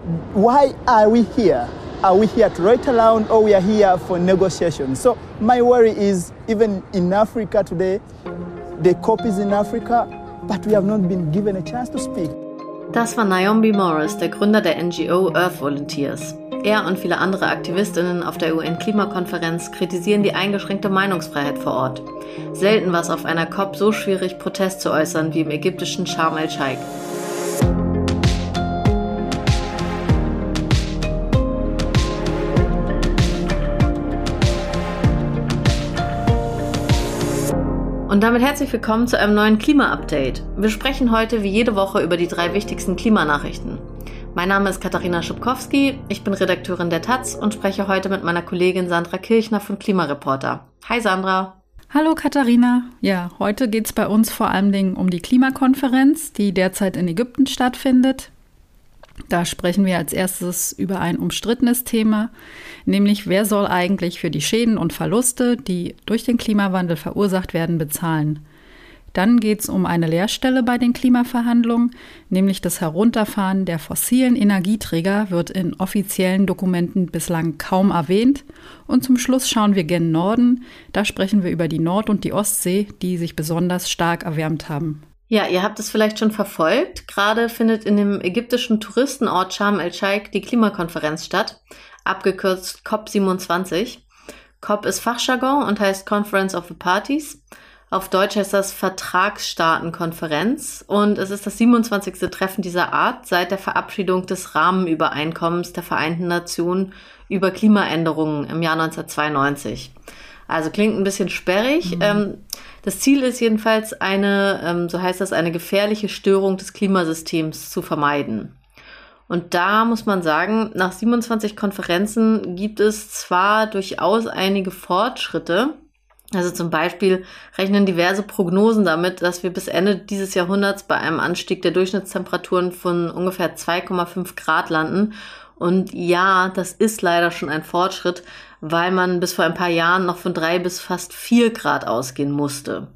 why are we here? Are we here to write around or we are here for negotiation? So my worry is even in Africa today, the COP is in Africa, but we have not been given a chance to speak. Das war Nyombe Morris, der Gründer der NGO Earth Volunteers. Er und viele andere AktivistInnen auf der UN-Klimakonferenz kritisieren die eingeschränkte Meinungsfreiheit vor Ort. Selten war es auf einer COP so schwierig, Protest zu äußern wie im ägyptischen Sharm el-Sheikh. Und damit herzlich willkommen zu einem neuen Klima-Update. Wir sprechen heute wie jede Woche über die 3 wichtigsten Klimanachrichten. Mein Name ist Katharina Schubkowski, ich bin Redakteurin der Taz und spreche heute mit meiner Kollegin Sandra Kirchner von Klimareporter. Hi Sandra. Hallo Katharina. Ja, heute geht es bei uns vor allem um die Klimakonferenz, die derzeit in Ägypten stattfindet. Da sprechen wir als erstes über ein umstrittenes Thema, nämlich wer soll eigentlich für die Schäden und Verluste, die durch den Klimawandel verursacht werden, bezahlen. Dann geht es um eine Leerstelle bei den Klimaverhandlungen, nämlich das Herunterfahren der fossilen Energieträger wird in offiziellen Dokumenten bislang kaum erwähnt. Und zum Schluss schauen wir gen Norden, da sprechen wir über die Nord- und die Ostsee, die sich besonders stark erwärmt haben. Ja, ihr habt es vielleicht schon verfolgt. Gerade findet in dem ägyptischen Touristenort Sharm el-Sheikh die Klimakonferenz statt, abgekürzt COP27. COP ist Fachjargon und heißt Conference of the Parties. Auf Deutsch heißt das Vertragsstaatenkonferenz und es ist das 27. Treffen dieser Art seit der Verabschiedung des Rahmenübereinkommens der Vereinten Nationen über Klimaänderungen im Jahr 1992. Also klingt ein bisschen sperrig. Das Ziel ist jedenfalls so heißt das, eine gefährliche Störung des Klimasystems zu vermeiden. Und da muss man sagen, nach 27 Konferenzen gibt es zwar durchaus einige Fortschritte. Also zum Beispiel rechnen diverse Prognosen damit, dass wir bis Ende dieses Jahrhunderts bei einem Anstieg der Durchschnittstemperaturen von ungefähr 2,5 Grad landen. Und ja, das ist leider schon ein Fortschritt, weil man bis vor ein paar Jahren noch von 3 bis fast 4 Grad ausgehen musste.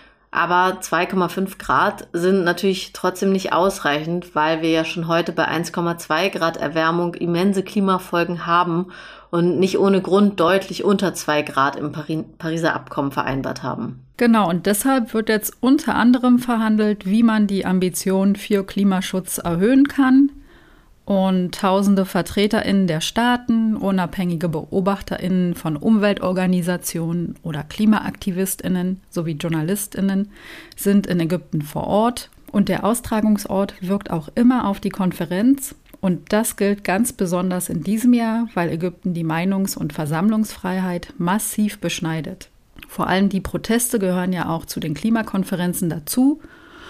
Aber 2,5 Grad sind natürlich trotzdem nicht ausreichend, weil wir ja schon heute bei 1,2 Grad Erwärmung immense Klimafolgen haben und nicht ohne Grund deutlich unter 2 Grad im Pariser Abkommen vereinbart haben. Genau, und deshalb wird jetzt unter anderem verhandelt, wie man die Ambitionen für Klimaschutz erhöhen kann. Und tausende VertreterInnen der Staaten, unabhängige BeobachterInnen von Umweltorganisationen oder KlimaaktivistInnen sowie JournalistInnen sind in Ägypten vor Ort. Und der Austragungsort wirkt auch immer auf die Konferenz. Und das gilt ganz besonders in diesem Jahr, weil Ägypten die Meinungs- und Versammlungsfreiheit massiv beschneidet. Vor allem die Proteste gehören ja auch zu den Klimakonferenzen dazu.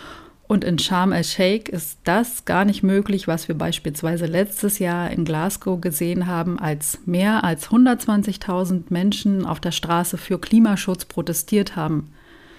Und in Sharm el-Sheikh ist das gar nicht möglich, was wir beispielsweise letztes Jahr in Glasgow gesehen haben, als mehr als 120.000 Menschen auf der Straße für Klimaschutz protestiert haben.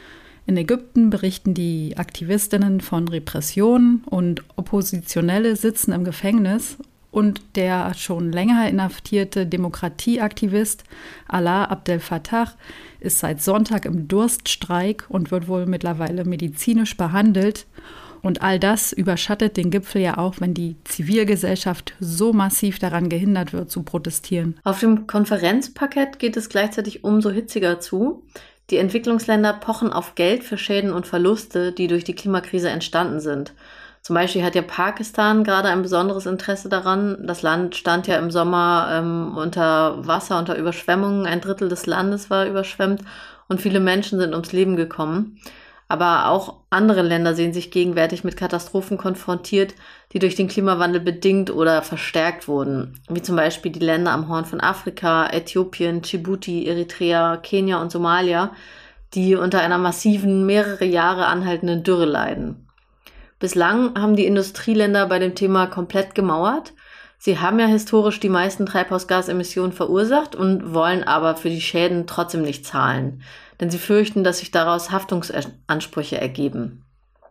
In Ägypten berichten die Aktivistinnen von Repressionen und Oppositionelle sitzen im Gefängnis und der schon länger inhaftierte Demokratieaktivist Alaa Abdel Fattah ist seit Sonntag im Durststreik und wird wohl mittlerweile medizinisch behandelt. Und all das überschattet den Gipfel ja auch, wenn die Zivilgesellschaft so massiv daran gehindert wird, zu protestieren. Auf dem Konferenzparkett geht es gleichzeitig umso hitziger zu. Die Entwicklungsländer pochen auf Geld für Schäden und Verluste, die durch die Klimakrise entstanden sind. Zum Beispiel hat ja Pakistan gerade ein besonderes Interesse daran. Das Land stand ja im Sommer unter Wasser, unter Überschwemmungen. 1/3 des Landes war überschwemmt und viele Menschen sind ums Leben gekommen. Aber auch andere Länder sehen sich gegenwärtig mit Katastrophen konfrontiert, die durch den Klimawandel bedingt oder verstärkt wurden. Wie zum Beispiel die Länder am Horn von Afrika, Äthiopien, Djibouti, Eritrea, Kenia und Somalia, die unter einer massiven, mehrere Jahre anhaltenden Dürre leiden. Bislang haben die Industrieländer bei dem Thema komplett gemauert. Sie haben ja historisch die meisten Treibhausgasemissionen verursacht und wollen aber für die Schäden trotzdem nicht zahlen. Denn sie fürchten, dass sich daraus Haftungsansprüche ergeben.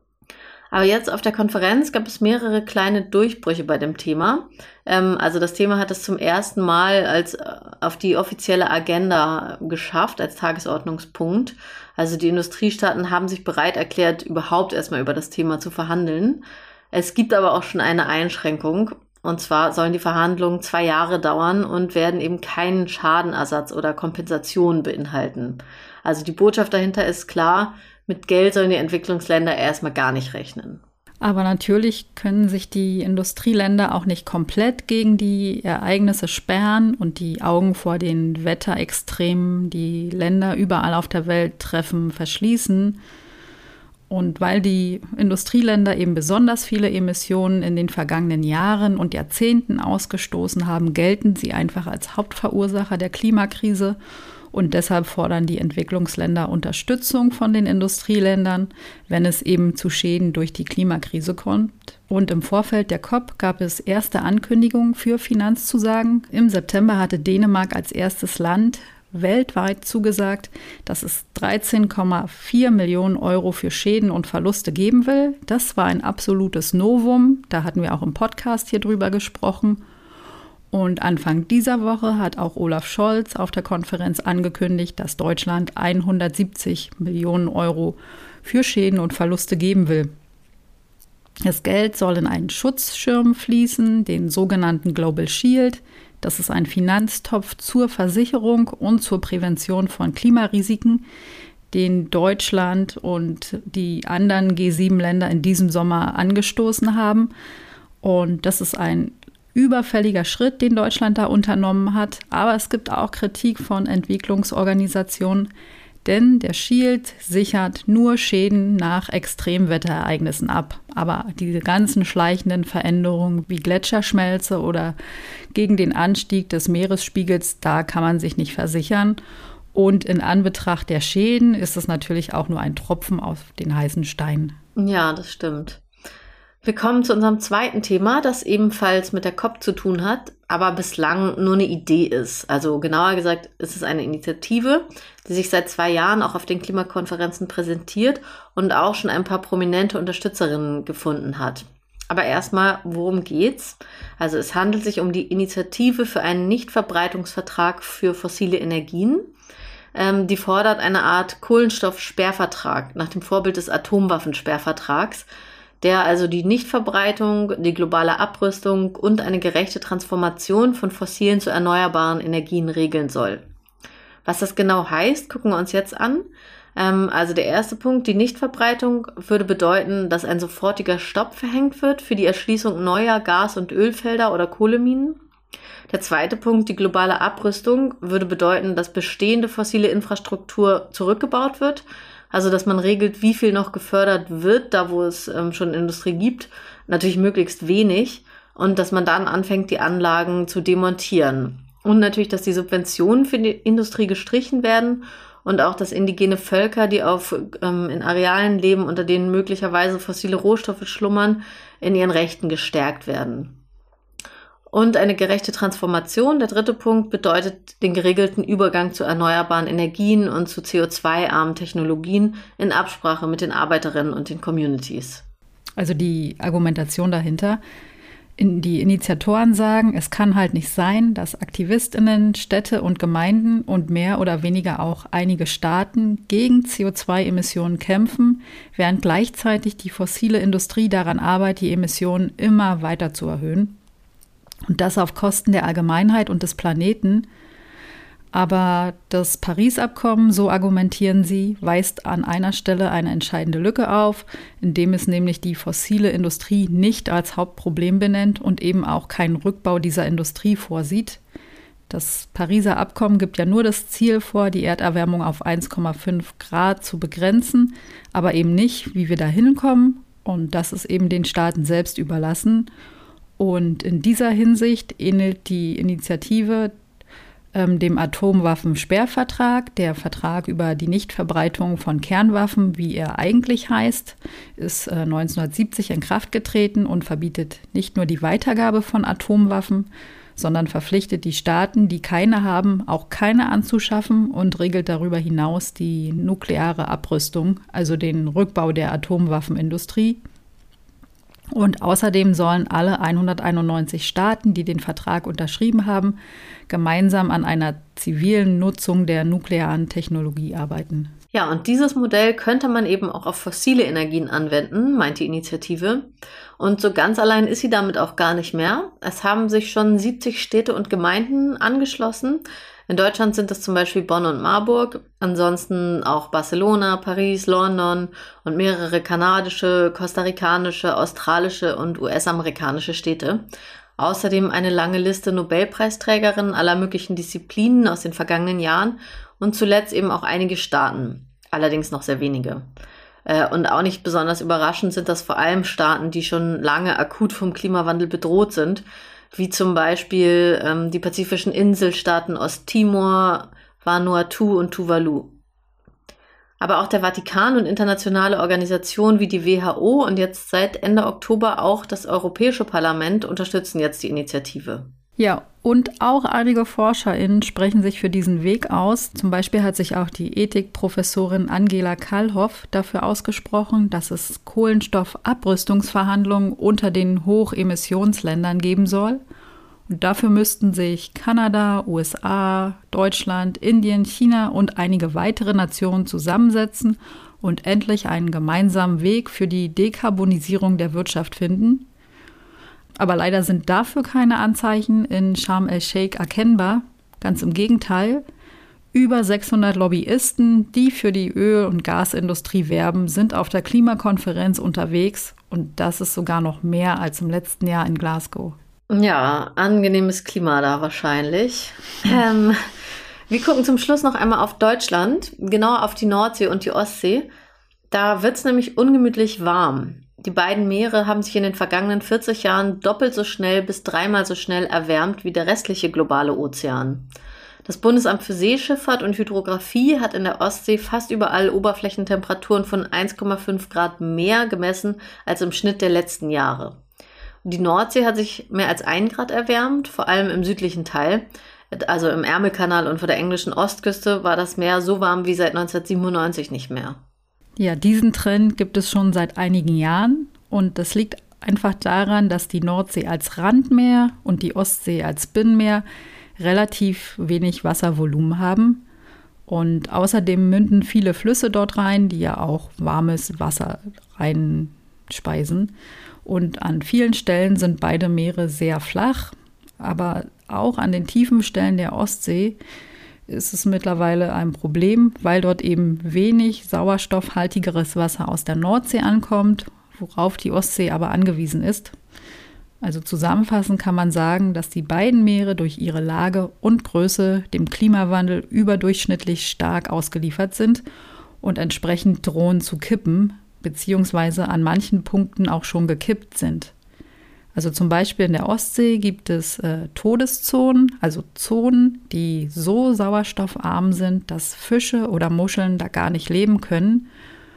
Aber jetzt auf der Konferenz gab es mehrere kleine Durchbrüche bei dem Thema. Also das Thema hat es zum ersten Mal auf die offizielle Agenda geschafft, als Tagesordnungspunkt. Also die Industriestaaten haben sich bereit erklärt, überhaupt erstmal über das Thema zu verhandeln. Es gibt aber auch schon eine Einschränkung. Und zwar sollen die Verhandlungen 2 Jahre dauern und werden eben keinen Schadenersatz oder Kompensation beinhalten. Also die Botschaft dahinter ist klar, mit Geld sollen die Entwicklungsländer erstmal gar nicht rechnen. Aber natürlich können sich die Industrieländer auch nicht komplett gegen die Ereignisse sperren und die Augen vor den Wetterextremen, die Länder überall auf der Welt treffen, verschließen. Und weil die Industrieländer eben besonders viele Emissionen in den vergangenen Jahren und Jahrzehnten ausgestoßen haben, gelten sie einfach als Hauptverursacher der Klimakrise. Und deshalb fordern die Entwicklungsländer Unterstützung von den Industrieländern, wenn es eben zu Schäden durch die Klimakrise kommt. Und im Vorfeld der COP gab es erste Ankündigungen für Finanzzusagen. Im September hatte Dänemark als erstes Land weltweit zugesagt, dass es 13,4 Millionen Euro für Schäden und Verluste geben will. Das war ein absolutes Novum. Da hatten wir auch im Podcast hier drüber gesprochen. Und Anfang dieser Woche hat auch Olaf Scholz auf der Konferenz angekündigt, dass Deutschland 170 Millionen Euro für Schäden und Verluste geben will. Das Geld soll in einen Schutzschirm fließen, den sogenannten Global Shield. Das ist ein Finanztopf zur Versicherung und zur Prävention von Klimarisiken, den Deutschland und die anderen G7-Länder in diesem Sommer angestoßen haben. Und das ist ein überfälliger Schritt, den Deutschland da unternommen hat. Aber es gibt auch Kritik von Entwicklungsorganisationen, denn der Shield sichert nur Schäden nach Extremwetterereignissen ab. Aber diese ganzen schleichenden Veränderungen wie Gletscherschmelze oder gegen den Anstieg des Meeresspiegels, da kann man sich nicht versichern. Und in Anbetracht der Schäden ist es natürlich auch nur ein Tropfen auf den heißen Stein. Ja, das stimmt. Wir kommen zu unserem zweiten Thema, das ebenfalls mit der COP zu tun hat, aber bislang nur eine Idee ist. Also genauer gesagt ist es eine Initiative, die sich seit 2 Jahren auch auf den Klimakonferenzen präsentiert und auch schon ein paar prominente Unterstützerinnen gefunden hat. Aber erstmal, worum geht's? Also es handelt sich um die Initiative für einen Nichtverbreitungsvertrag für fossile Energien. Die fordert eine Art Kohlenstoffsperrvertrag nach dem Vorbild des Atomwaffensperrvertrags, der also die Nichtverbreitung, die globale Abrüstung und eine gerechte Transformation von fossilen zu erneuerbaren Energien regeln soll. Was das genau heißt, gucken wir uns jetzt an. Also der erste Punkt, die Nichtverbreitung würde bedeuten, dass ein sofortiger Stopp verhängt wird für die Erschließung neuer Gas- und Ölfelder oder Kohleminen. Der zweite Punkt, die globale Abrüstung, würde bedeuten, dass bestehende fossile Infrastruktur zurückgebaut wird. Also, dass man regelt, wie viel noch gefördert wird, da wo es schon Industrie gibt, natürlich möglichst wenig, und dass man dann anfängt, die Anlagen zu demontieren. Und natürlich, dass die Subventionen für die Industrie gestrichen werden und auch, dass indigene Völker, die in Arealen leben, unter denen möglicherweise fossile Rohstoffe schlummern, in ihren Rechten gestärkt werden. Und eine gerechte Transformation, der dritte Punkt, bedeutet den geregelten Übergang zu erneuerbaren Energien und zu CO2-armen Technologien in Absprache mit den Arbeiterinnen und den Communities. Also die Argumentation dahinter. Die Initiatoren sagen, es kann halt nicht sein, dass AktivistInnen, Städte und Gemeinden und mehr oder weniger auch einige Staaten gegen CO2-Emissionen kämpfen, während gleichzeitig die fossile Industrie daran arbeitet, die Emissionen immer weiter zu erhöhen. Und das auf Kosten der Allgemeinheit und des Planeten. Aber das Paris-Abkommen, so argumentieren sie, weist an einer Stelle eine entscheidende Lücke auf, indem es nämlich die fossile Industrie nicht als Hauptproblem benennt und eben auch keinen Rückbau dieser Industrie vorsieht. Das Pariser Abkommen gibt ja nur das Ziel vor, die Erderwärmung auf 1,5 Grad zu begrenzen, aber eben nicht, wie wir da hinkommen. Und das ist eben den Staaten selbst überlassen. Und in dieser Hinsicht ähnelt die Initiative dem Atomwaffensperrvertrag. Der Vertrag über die Nichtverbreitung von Kernwaffen, wie er eigentlich heißt, ist 1970 in Kraft getreten und verbietet nicht nur die Weitergabe von Atomwaffen, sondern verpflichtet die Staaten, die keine haben, auch keine anzuschaffen und regelt darüber hinaus die nukleare Abrüstung, also den Rückbau der Atomwaffenindustrie. Und außerdem sollen alle 191 Staaten, die den Vertrag unterschrieben haben, gemeinsam an einer zivilen Nutzung der nuklearen Technologie arbeiten. Ja, und dieses Modell könnte man eben auch auf fossile Energien anwenden, meint die Initiative. Und so ganz allein ist sie damit auch gar nicht mehr. Es haben sich schon 70 Städte und Gemeinden angeschlossen. In Deutschland sind es zum Beispiel Bonn und Marburg, ansonsten auch Barcelona, Paris, London und mehrere kanadische, kostarikanische, australische und US-amerikanische Städte. Außerdem eine lange Liste Nobelpreisträgerinnen aller möglichen Disziplinen aus den vergangenen Jahren und zuletzt eben auch einige Staaten, allerdings noch sehr wenige. Und auch nicht besonders überraschend sind das vor allem Staaten, die schon lange akut vom Klimawandel bedroht sind, wie zum Beispiel die pazifischen Inselstaaten Osttimor, Vanuatu und Tuvalu. Aber auch der Vatikan und internationale Organisationen wie die WHO und jetzt seit Ende Oktober auch das Europäische Parlament unterstützen jetzt die Initiative. Ja, und auch einige ForscherInnen sprechen sich für diesen Weg aus. Zum Beispiel hat sich auch die Ethikprofessorin Angela Kallhoff dafür ausgesprochen, dass es Kohlenstoffabrüstungsverhandlungen unter den Hochemissionsländern geben soll. Und dafür müssten sich Kanada, USA, Deutschland, Indien, China und einige weitere Nationen zusammensetzen und endlich einen gemeinsamen Weg für die Dekarbonisierung der Wirtschaft finden. Aber leider sind dafür keine Anzeichen in Sharm el-Sheikh erkennbar. Ganz im Gegenteil. Über 600 Lobbyisten, die für die Öl- und Gasindustrie werben, sind auf der Klimakonferenz unterwegs. Und das ist sogar noch mehr als im letzten Jahr in Glasgow. Ja, angenehmes Klima da wahrscheinlich. Wir gucken zum Schluss noch einmal auf Deutschland, genauer auf die Nordsee und die Ostsee. Da wird es nämlich ungemütlich warm. Die beiden Meere haben sich in den vergangenen 40 Jahren doppelt so schnell bis dreimal so schnell erwärmt wie der restliche globale Ozean. Das Bundesamt für Seeschifffahrt und Hydrographie hat in der Ostsee fast überall Oberflächentemperaturen von 1,5 Grad mehr gemessen als im Schnitt der letzten Jahre. Die Nordsee hat sich mehr als 1 Grad erwärmt, vor allem im südlichen Teil. Also im Ärmelkanal und vor der englischen Ostküste war das Meer so warm wie seit 1997 nicht mehr. Ja, diesen Trend gibt es schon seit einigen Jahren und das liegt einfach daran, dass die Nordsee als Randmeer und die Ostsee als Binnenmeer relativ wenig Wasservolumen haben. Und außerdem münden viele Flüsse dort rein, die ja auch warmes Wasser reinspeisen. Und an vielen Stellen sind beide Meere sehr flach, aber auch an den tiefen Stellen der Ostsee ist es mittlerweile ein Problem, weil dort eben wenig sauerstoffhaltigeres Wasser aus der Nordsee ankommt, worauf die Ostsee aber angewiesen ist. Also zusammenfassend kann man sagen, dass die beiden Meere durch ihre Lage und Größe dem Klimawandel überdurchschnittlich stark ausgeliefert sind und entsprechend drohen zu kippen, beziehungsweise an manchen Punkten auch schon gekippt sind. Also zum Beispiel in der Ostsee gibt es Todeszonen, also Zonen, die so sauerstoffarm sind, dass Fische oder Muscheln da gar nicht leben können.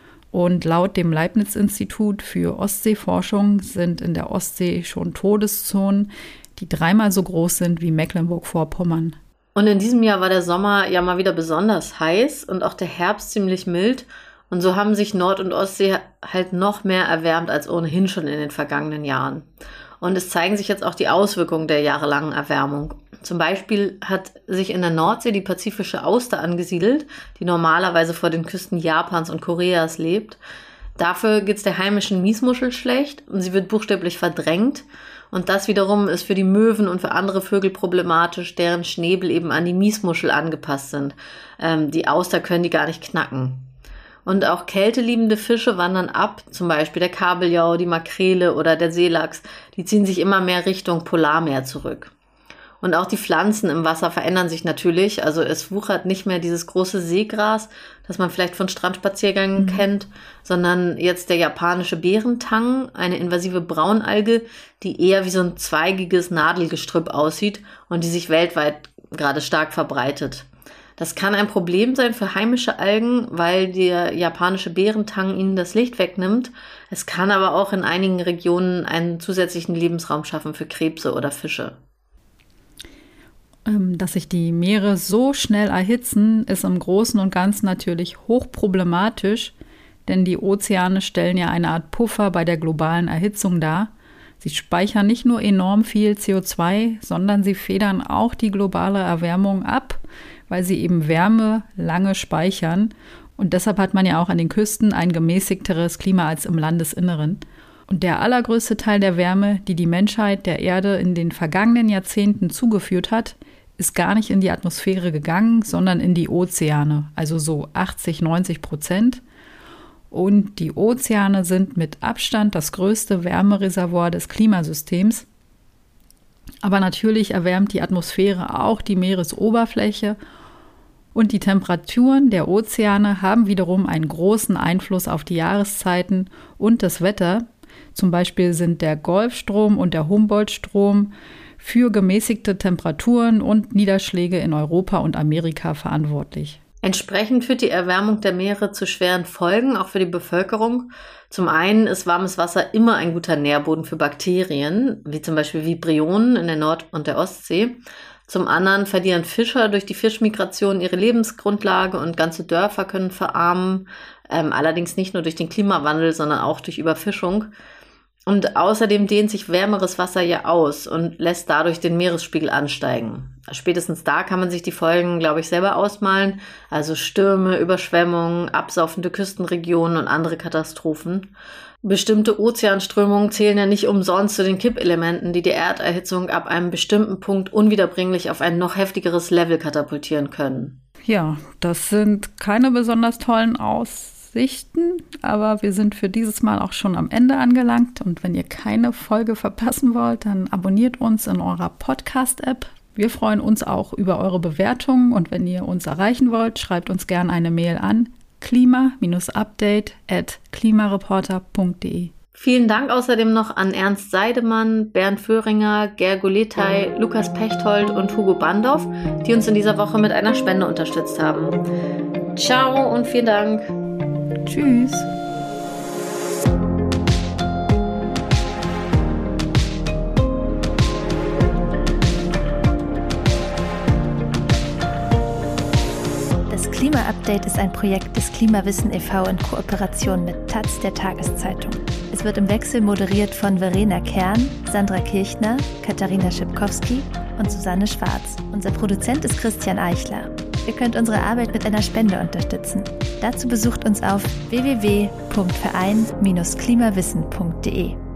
Und laut dem Leibniz-Institut für Ostseeforschung sind in der Ostsee schon Todeszonen, die 3-mal so groß sind wie Mecklenburg-Vorpommern. Und in diesem Jahr war der Sommer ja mal wieder besonders heiß und auch der Herbst ziemlich mild. Und so haben sich Nord- und Ostsee halt noch mehr erwärmt als ohnehin schon in den vergangenen Jahren. Und es zeigen sich jetzt auch die Auswirkungen der jahrelangen Erwärmung. Zum Beispiel hat sich in der Nordsee die pazifische Auster angesiedelt, die normalerweise vor den Küsten Japans und Koreas lebt. Dafür geht es der heimischen Miesmuschel schlecht und sie wird buchstäblich verdrängt. Und das wiederum ist für die Möwen und für andere Vögel problematisch, deren Schnäbel eben an die Miesmuschel angepasst sind. Die Auster können die gar nicht knacken. Und auch kälteliebende Fische wandern ab, zum Beispiel der Kabeljau, die Makrele oder der Seelachs. Die ziehen sich immer mehr Richtung Polarmeer zurück. Und auch die Pflanzen im Wasser verändern sich natürlich. Also es wuchert nicht mehr dieses große Seegras, das man vielleicht von Strandspaziergängen kennt, sondern jetzt der japanische Bärentang, eine invasive Braunalge, die eher wie so ein zweigiges Nadelgestrüpp aussieht und die sich weltweit gerade stark verbreitet. Das kann ein Problem sein für heimische Algen, weil der japanische Bärentang ihnen das Licht wegnimmt. Es kann aber auch in einigen Regionen einen zusätzlichen Lebensraum schaffen für Krebse oder Fische. Dass sich die Meere so schnell erhitzen, ist im Großen und Ganzen natürlich hochproblematisch, denn die Ozeane stellen ja eine Art Puffer bei der globalen Erhitzung dar. Sie speichern nicht nur enorm viel CO2, sondern sie federn auch die globale Erwärmung ab, weil sie eben Wärme lange speichern. Und deshalb hat man ja auch an den Küsten ein gemäßigteres Klima als im Landesinneren. Und der allergrößte Teil der Wärme, die die Menschheit der Erde in den vergangenen Jahrzehnten zugeführt hat, ist gar nicht in die Atmosphäre gegangen, sondern in die Ozeane, also so 80-90%. Und die Ozeane sind mit Abstand das größte Wärmereservoir des Klimasystems. Aber natürlich erwärmt die Atmosphäre auch die Meeresoberfläche und die Temperaturen der Ozeane haben wiederum einen großen Einfluss auf die Jahreszeiten und das Wetter. Zum Beispiel sind der Golfstrom und der Humboldt-Strom für gemäßigte Temperaturen und Niederschläge in Europa und Amerika verantwortlich. Entsprechend führt die Erwärmung der Meere zu schweren Folgen, auch für die Bevölkerung. Zum einen ist warmes Wasser immer ein guter Nährboden für Bakterien, wie zum Beispiel Vibrionen in der Nord- und der Ostsee. Zum anderen verlieren Fischer durch die Fischmigration ihre Lebensgrundlage und ganze Dörfer können verarmen, allerdings nicht nur durch den Klimawandel, sondern auch durch Überfischung. Und außerdem dehnt sich wärmeres Wasser ja aus und lässt dadurch den Meeresspiegel ansteigen. Spätestens da kann man sich die Folgen, glaube ich, selber ausmalen. Also Stürme, Überschwemmungen, absaufende Küstenregionen und andere Katastrophen. Bestimmte Ozeanströmungen zählen ja nicht umsonst zu den Kippelementen, die die Erderhitzung ab einem bestimmten Punkt unwiederbringlich auf ein noch heftigeres Level katapultieren können. Ja, das sind keine besonders tollen Aussichten, aber wir sind für dieses Mal auch schon am Ende angelangt. Und wenn ihr keine Folge verpassen wollt, dann abonniert uns in eurer Podcast-App. Wir freuen uns auch über eure Bewertungen und wenn ihr uns erreichen wollt, schreibt uns gerne eine Mail an klima-update@klimareporter.de. Vielen Dank außerdem noch an Ernst Seidemann, Bernd Föhringer, Gergoletay, Lukas Pechtold und Hugo Bandorf, die uns in dieser Woche mit einer Spende unterstützt haben. Ciao und vielen Dank. Tschüss. Das Klima-Update ist ein Projekt des Klimawissen e.V. in Kooperation mit taz, der Tageszeitung. Es wird im Wechsel moderiert von Verena Kern, Sandra Kirchner, Katharina Schipkowski und Susanne Schwarz. Unser Produzent ist Christian Eichler. Ihr könnt unsere Arbeit mit einer Spende unterstützen. Dazu besucht uns auf www.verein-klimawissen.de.